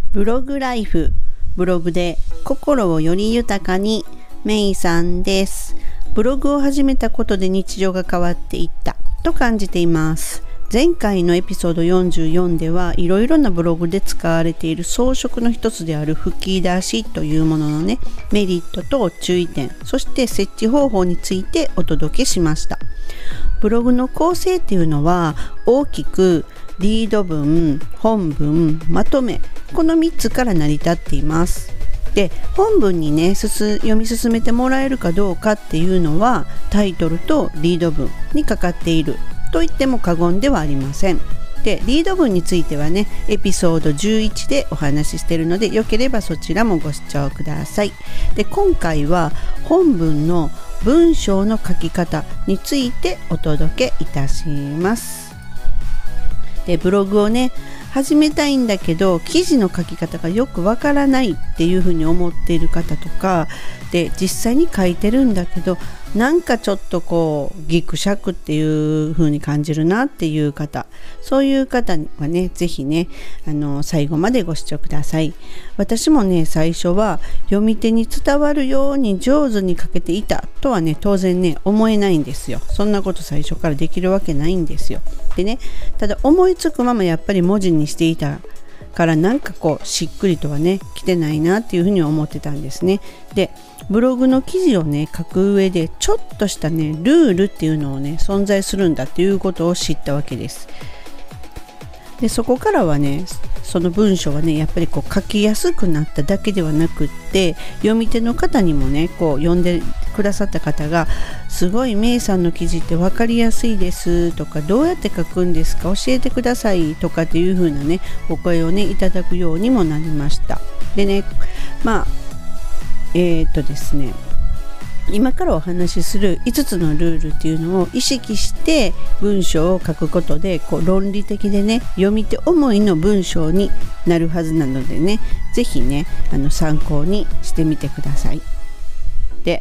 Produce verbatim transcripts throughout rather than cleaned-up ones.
ブログライフ、ブログで心をより豊かに、メイさんです。ブログを始めたことで日常が変わっていったと感じています。前回のエピソードよんじゅうよんではいろいろなブログで使われている装飾の一つである吹き出しというもののね、メリットと注意点、そして設置方法についてお届けしました。ブログの構成っていうのは大きくリード文、本文、まとめ、このみっつから成り立っています。で、本文にね読み進めてもらえるかどうかっていうのはタイトルとリード文にかかっていると言っても過言ではありません。で、リード文についてはねエピソードじゅういちでお話ししているので、よければそちらもご視聴ください。で、今回は本文の文章の書き方についてお届けいたします。で、ブログをね始めたいんだけど記事の書き方がよくわからないっていうふうに思っている方とかで、実際に書いてるんだけどなんかちょっとこうギクシャクっていう風に感じるなっていう方、そういう方にはねぜひねあの最後までご視聴ください。私もね最初は読み手に伝わるように上手に書けていたとはね当然ね思えないんですよ。そんなこと最初からできるわけないんですよ。でね、ただ思いつくままやっぱり文字にしていたからなんかこうしっくりとはね来てないなっていうふうに思ってたんですね。で、ブログの記事をね書く上でちょっとしたねルールっていうのをね存在するんだっていうことを知ったわけです。で、そこからはねその文章はねやっぱりこう書きやすくなっただけではなくって、読み手の方にもねこう読んでくださった方がすごいメイさんの記事って分かりやすいですとか、どうやって書くんですか教えてくださいとかっていう風なねお声をねいただくようにもなりました。でね、まあえー、っとですね今からお話しするいつつのルールっていうのを意識して文章を書くことでこう論理的でね読み手思いの文章になるはずなのでね、ぜひねあの参考にしてみてください。で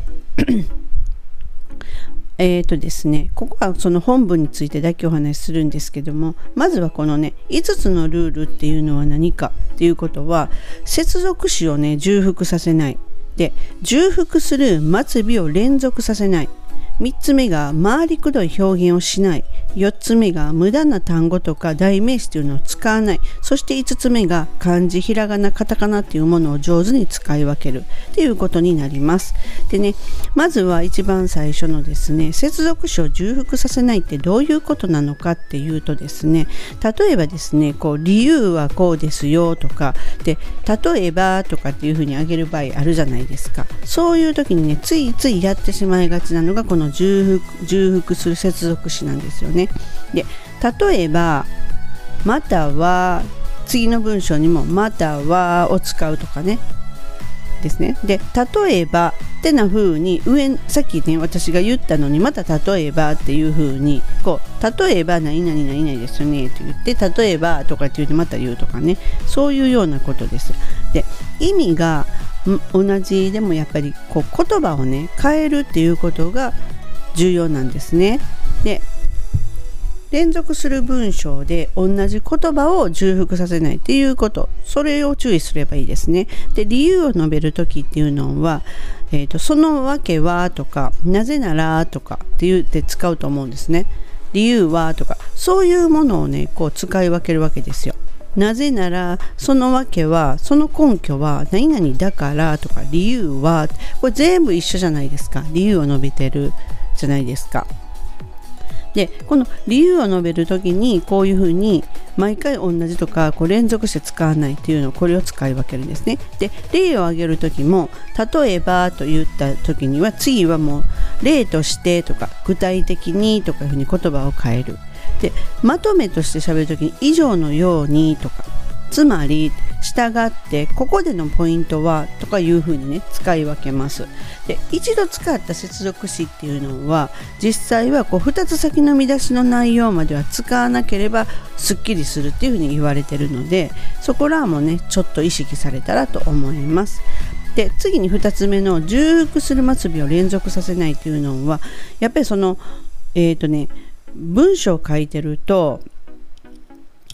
えーとですね、ここはその本文についてだけお話しするんですけども、まずはこのねいつつのルールっていうのは何かっていうことは、接続詞をね重複させない。で、重複する末尾を連続させない。みっつめが回りくどい表現をしない。よっつめが無駄な単語とか代名詞というのを使わない。そしていつつめが漢字、ひらがな、カタカナっていうものを上手に使い分けるっていうことになります。でね、まずは一番最初のですね、接続詞を重複させないってどういうことなのかっていうとですね、例えばですね、こう理由はこうですよとかで、例えばとかっていうふうに挙げる場合あるじゃないですか。そういう時にね、ついついやってしまいがちなのがこの重複、重複する接続詞なんですよね。で、例えばまたは次の文章にもまたはを使うとかねですね。で、例えばってな風に上さっきね私が言ったのにまた例えばっていう風にこう例えば何々何々ですよねって言って例えばとかって言ってまた言うとかね、そういうようなことです。で、意味が同じでもやっぱりこう言葉をね変えるっていうことが重要なんですね。で、連続する文章で同じ言葉を重複させないっていうこと、それを注意すればいいですね。で、理由を述べるときっていうのは、えーと、そのわけはとかなぜならとかって言って使うと思うんですね。理由はとかそういうものをねこう使い分けるわけですよ。なぜなら、そのわけは、その根拠は何々だからとか理由は、これ全部一緒じゃないですか。理由を述べてるじゃないですか。で、この理由を述べるときにこういうふうに毎回同じとかこう連続して使わないっていうのをこれを使い分けるんですね。で、例を挙げるときも例えばと言ったときには次はもう例としてとか具体的にとかいうふうに言葉を変える。で、まとめとして喋るときに以上のようにとかつまり従ってここでのポイントはとかいうふうにね使い分けます。で、一度使った接続詞っていうのは実際はこうふたつ先の見出しの内容までは使わなければすっきりするっていうふうに言われてるので、そこらもねちょっと意識されたらと思います。で、次にふたつめの重複する末尾を連続させないっていうのはやっぱりそのえっとね文章を書いてると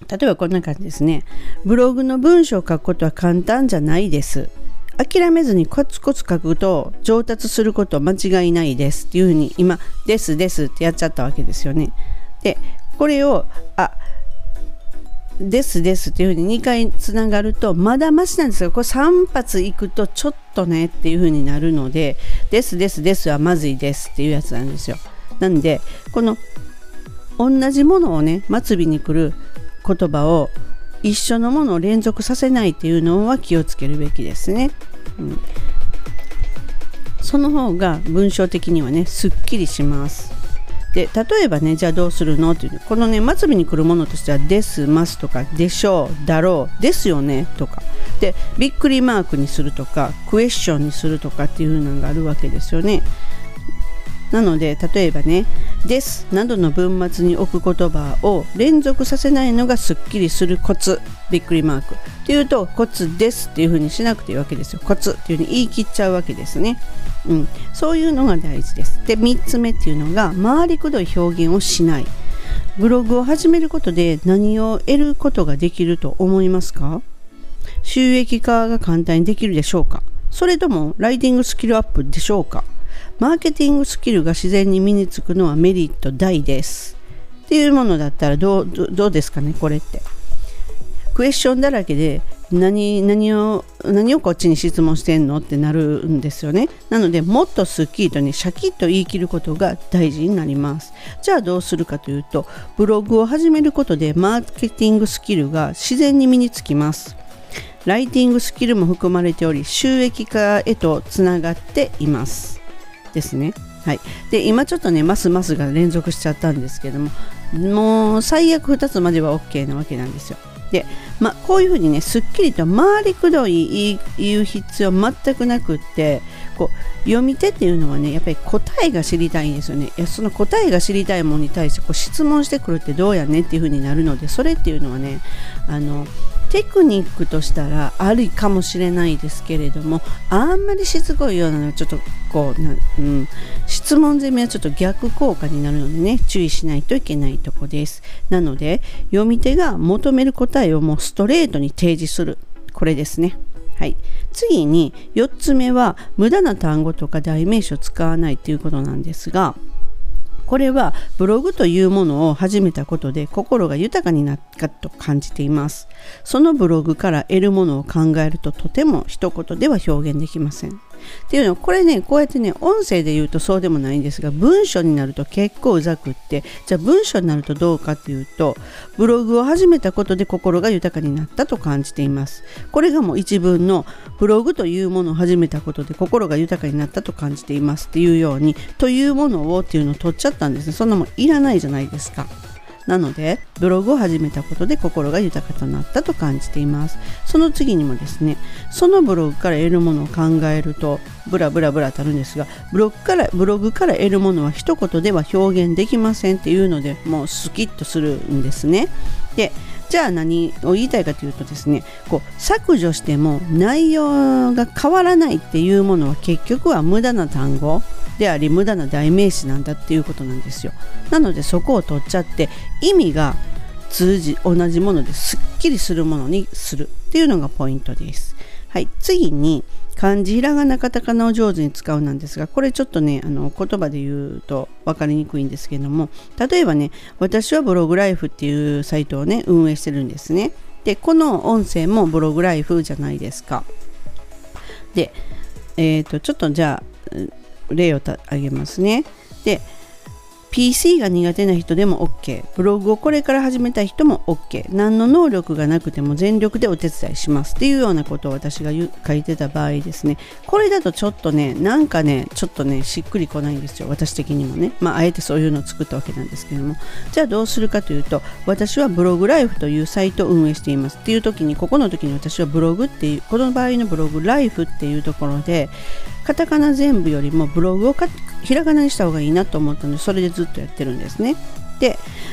例えばこんな感じですね。ブログの文章を書くことは簡単じゃないです。諦めずにコツコツ書くと上達すること間違いないですっていうふうに今ですですってやっちゃったわけですよね。でこれをあですですっていうふうににかいつながるとまだマシなんですが、これさん発いくとちょっとねっていうふうになるので、ですですですはまずいですっていうやつなんですよ。なんでこの同じものをね末尾に来る言葉を一緒のものを連続させないっていうのは気をつけるべきですね。うん、その方が文章的にはねすっきりします。で例えばねじゃあどうするのっていうこのね末尾に来るものとしてはですますとかでしょうだろうですよねとかでびっくりマークにするとかクエスチョンにするとかっていうのがあるわけですよね。なので例えばねですなどの文末に置く言葉を連続させないのがすっきりするコツびっくりマークっていうとコツですっていう風にしなくていいわけですよ。コツっていう風に言い切っちゃうわけですね。うん、そういうのが大事です。でみっつめっていうのが回りくどい表現をしない。ブログを始めることで何を得ることができると思いますか？収益化が簡単にできるでしょうか？それともライティングスキルアップでしょうか？マーケティングスキルが自然に身につくのはメリット大ですっていうものだったらどう、ど、どうですかね。これってクエスチョンだらけで何、何を何をこっちに質問してんのってなるんですよね。なのでもっとスッキリとねシャキッと言い切ることが大事になります。じゃあどうするかというとブログを始めることでマーケティングスキルが自然に身につきます。ライティングスキルも含まれており収益化へとつながっていますですね。はい、で今ちょっとねますますが連続しちゃったんですけども、もう最悪ふたつまでは OK なわけなんですよ。で、まあ、こういうふうにねすっきりと回りくどい言う必要全くなくってこう読み手っていうのはねやっぱり答えが知りたいんですよね。いやその答えが知りたいものに対してこう質問してくるってどうやねっていうふうになるので、それっていうのはねあのテクニックとしたらあるかもしれないですけれども、あんまりしつこいようなのはちょっとこうな、うん、質問攻めはちょっと逆効果になるのでね注意しないといけないとこです。なので読み手が求める答えをもうストレートに提示する、これですね。はい、次によっつめは無駄な単語とか代名詞を使わないということなんですが、これはブログというものを始めたことで心が豊かになったと感じています。そのブログから得るものを考えるととても一言では表現できません。っていうのはこれねこうやってね音声で言うとそうでもないんですが、文章になると結構うざくって、じゃあ文章になるとどうかっていうとブログを始めたことで心が豊かになったと感じています。これがもう一文のブログというものを始めたことで心が豊かになったと感じていますっていうようにというものをっていうのを取っちゃったんですね。そんなもんいらないじゃないですか。なのでブログを始めたことで心が豊かとなったと感じています。その次にもですねそのブログから得るものを考えるとブラブラブラとあるんですが、ブログからブログから得るものは一言では表現できませんっていうのでもうスキッとするんですね。でじゃあ何を言いたいかというとですねこう削除しても内容が変わらないっていうものは結局は無駄な単語であり無駄な代名詞なんだっていうことなんですよ。なのでそこを取っちゃって意味が通じ同じものですっきりするものにするっていうのがポイントです。はい、次に漢字ひらがなカタカナを上手に使うなんですが、これちょっとねあの言葉で言うと分かりにくいんですけども、例えばね私はブログライフっていうサイトをね運営してるんですね。でこの音声もブログライフじゃないですか。でえーとちょっとじゃあ例を挙げますね。で ピーシー が苦手な人でも OK、 ブログをこれから始めた人も OK、 何の能力がなくても全力でお手伝いしますっていうようなことを私が書いてた場合ですね、これだとちょっとねなんかねちょっとねしっくりこないんですよ、私的にもね。まああえてそういうのを作ったわけなんですけども、じゃあどうするかというと私はブログライフというサイトを運営していますっていう時に、ここの時に私はブログっていうこの場合のブログライフっていうところでカタカナ全部よりもブログをかひらがなにした方がいいなと思ったのでそれでずっとやってるんですね。で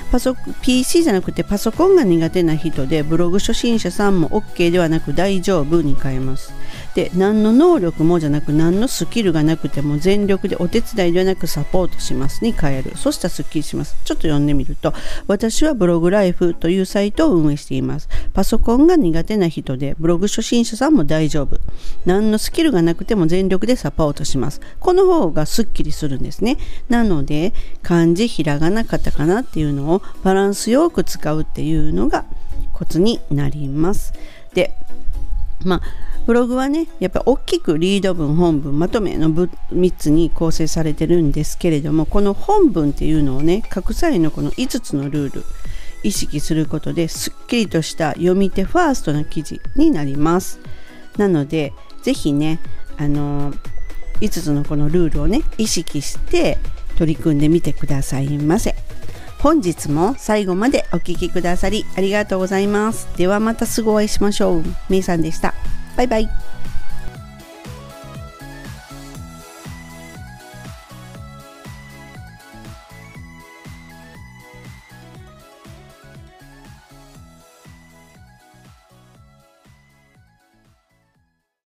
パソ ピーシー じゃなくてパソコンが苦手な人でブログ初心者さんも OK ではなく大丈夫に変えます。で、何の能力もじゃなく何のスキルがなくても全力でお手伝いではなくサポートしますに変える。そしたらスッキリします。ちょっと読んでみると、私はブログライフというサイトを運営しています。パソコンが苦手な人でブログ初心者さんも大丈夫。何のスキルがなくても全力でサポートします。この方がスッキリするんですね。なので漢字、ひらがな、カタカナっていうのをバランスよく使うっていうのがコツになります。で、まあブログはね、やっぱり大きくリード文、本文、まとめのみっつに構成されてるんですけれども、この本文っていうのをね、書く際のこのいつつのルール意識することですっきりとした読み手ファーストな記事になります。なのでぜひね、あのー、いつつのこのルールをね意識して取り組んでみてくださいませ。本日も最後までお聞きくださりありがとうございます。ではまたすぐお会いしましょう。めいさんでした。バイバイ。